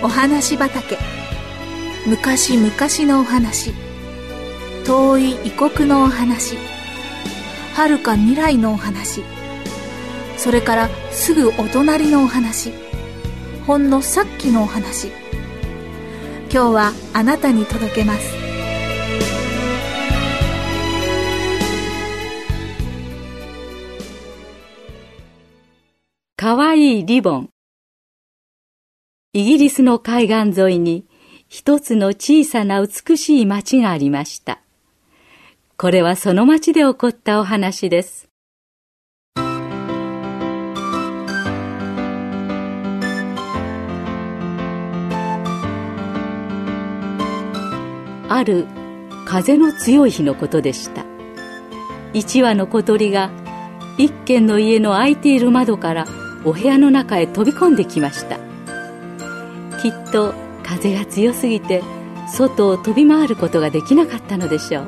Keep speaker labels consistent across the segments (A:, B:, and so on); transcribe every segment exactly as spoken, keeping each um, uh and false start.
A: お話畑。昔々のお話、遠い異国のお話、遥か未来のお話、それからすぐお隣のお話、ほんのさっきのお話。今日はあなたに届けます。
B: かわいいリボン。イギリスの海岸沿いに一つの小さな美しい町がありました。これはその町で起こったお話です。ある風の強い日のことでした。一羽の小鳥が一軒の家の開いている窓からお部屋の中へ飛び込んできました。きっと風が強すぎて外を飛び回ることができなかったのでしょう。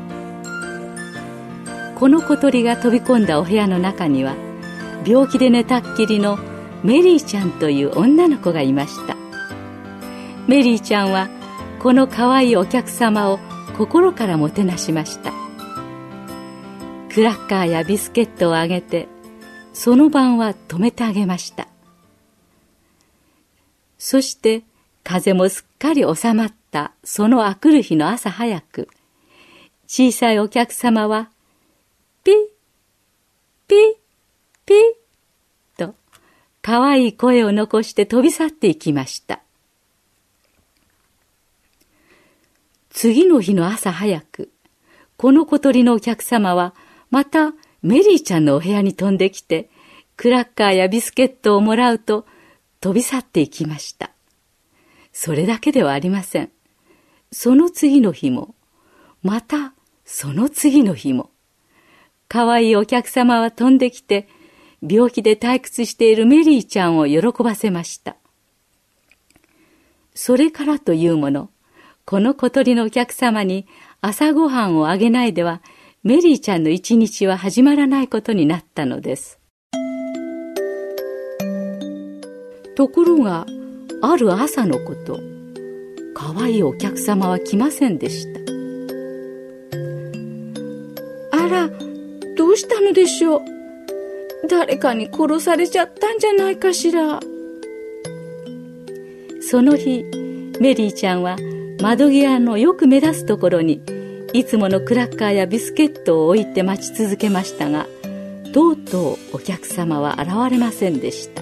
B: この小鳥が飛び込んだお部屋の中には、病気で寝たっきりのメリーちゃんという女の子がいました。メリーちゃんはこのかわいいお客様を心からもてなしました。クラッカーやビスケットをあげて、その晩は泊めてあげました。そして風もすっかり収まったそのあくる日の朝早く、小さいお客様はピッピッピッとかわいい声を残して飛び去っていきました。次の日の朝早く、この小鳥のお客様はまたメリーちゃんのお部屋に飛んできて、クラッカーやビスケットをもらうと飛び去っていきました。それだけではありません。その次の日も、またその次の日も、かわいいお客様は飛んできて、病気で退屈しているメリーちゃんを喜ばせました。それからというもの、この小鳥のお客様に朝ごはんをあげないでは、メリーちゃんの一日は始まらないことになったのです。ところが、ある朝のこと、かわいいお客様は来ませんでした。
C: あら、どうしたのでしょう。誰かに殺されちゃったんじゃないかしら。
B: その日、メリーちゃんは窓際のよく目立つところにいつものクラッカーやビスケットを置いて待ち続けましたが、とうとうお客様は現れませんでした。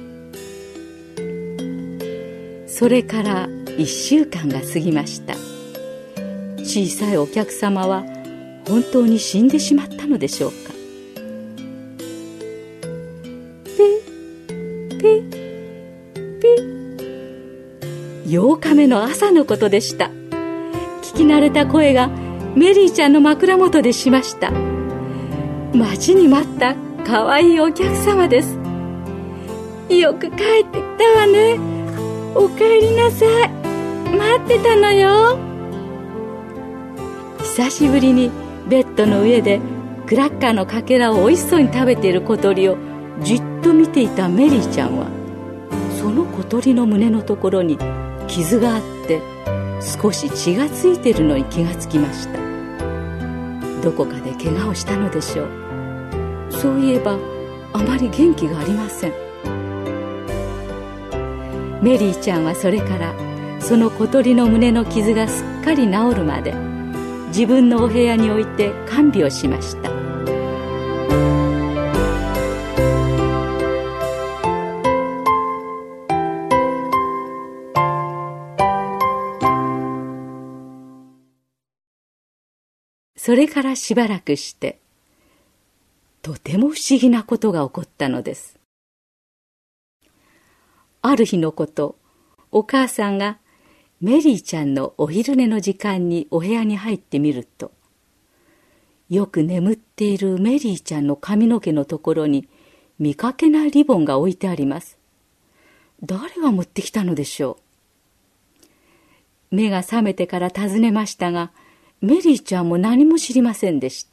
B: それから一週間が過ぎました。小さいお客様は本当に死んでしまったのでしょうか。ピッピッピッ。ようかめの朝のことでした。聞き慣れた声がメリーちゃんの枕元でしました。待ちに待ったかわいいお客様です。
C: よく帰ってきたわね。おかえりなさい。待ってたのよ。
B: 久しぶりにベッドの上でクラッカーのかけらをおいしそうに食べている小鳥をじっと見ていたメリーちゃんは、その小鳥の胸のところに傷があって少し血がついているのに気がつきました。どこかで怪我をしたのでしょう。そういえばあまり元気がありません。メリーちゃんはそれからその小鳥の胸の傷がすっかり治るまで自分のお部屋に置いて看病しました。それからしばらくして、とても不思議なことが起こったのです。ある日のこと、お母さんがメリーちゃんのお昼寝の時間にお部屋に入ってみると、よく眠っているメリーちゃんの髪の毛のところに見かけないリボンが置いてあります。誰が持ってきたのでしょう。目が覚めてから尋ねましたが、メリーちゃんも何も知りませんでした。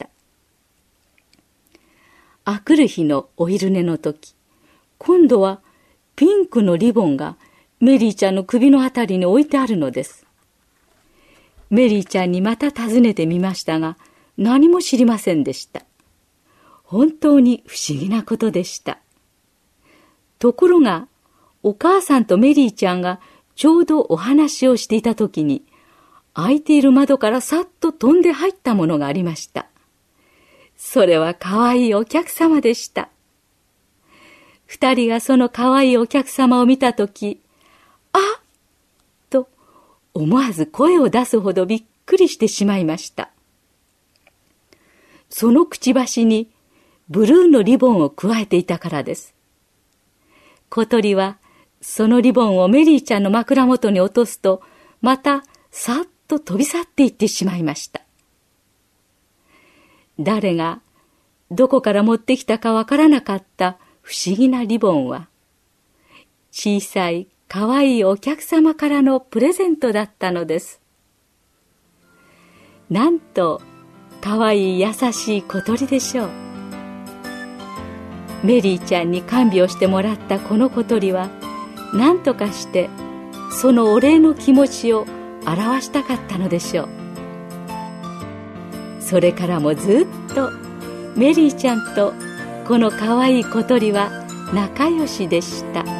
B: あくる日のお昼寝の時、今度はピンクのリボンがメリーちゃんの首のあたりに置いてあるのです。メリーちゃんにまた尋ねてみましたが、何も知りませんでした。本当に不思議なことでした。ところが、お母さんとメリーちゃんがちょうどお話をしていたときに、開いている窓からさっと飛んで入ったものがありました。それはかわいいお客様でした。二人がそのかわいいお客様を見たとき、あっと思わず声を出すほどびっくりしてしまいました。そのくちばしにブルーのリボンをくわえていたからです。小鳥はそのリボンをメリーちゃんの枕元に落とすと、またさっと飛び去っていってしまいました。誰がどこから持ってきたかわからなかった不思議なリボンは、小さいかわいいお客様からのプレゼントだったのです。なんとかわいい優しい小鳥でしょう。メリーちゃんに看病してもらったこの小鳥は、何とかしてそのお礼の気持ちを表したかったのでしょう。それからもずっとメリーちゃんとこのかわいい小鳥は仲良しでした。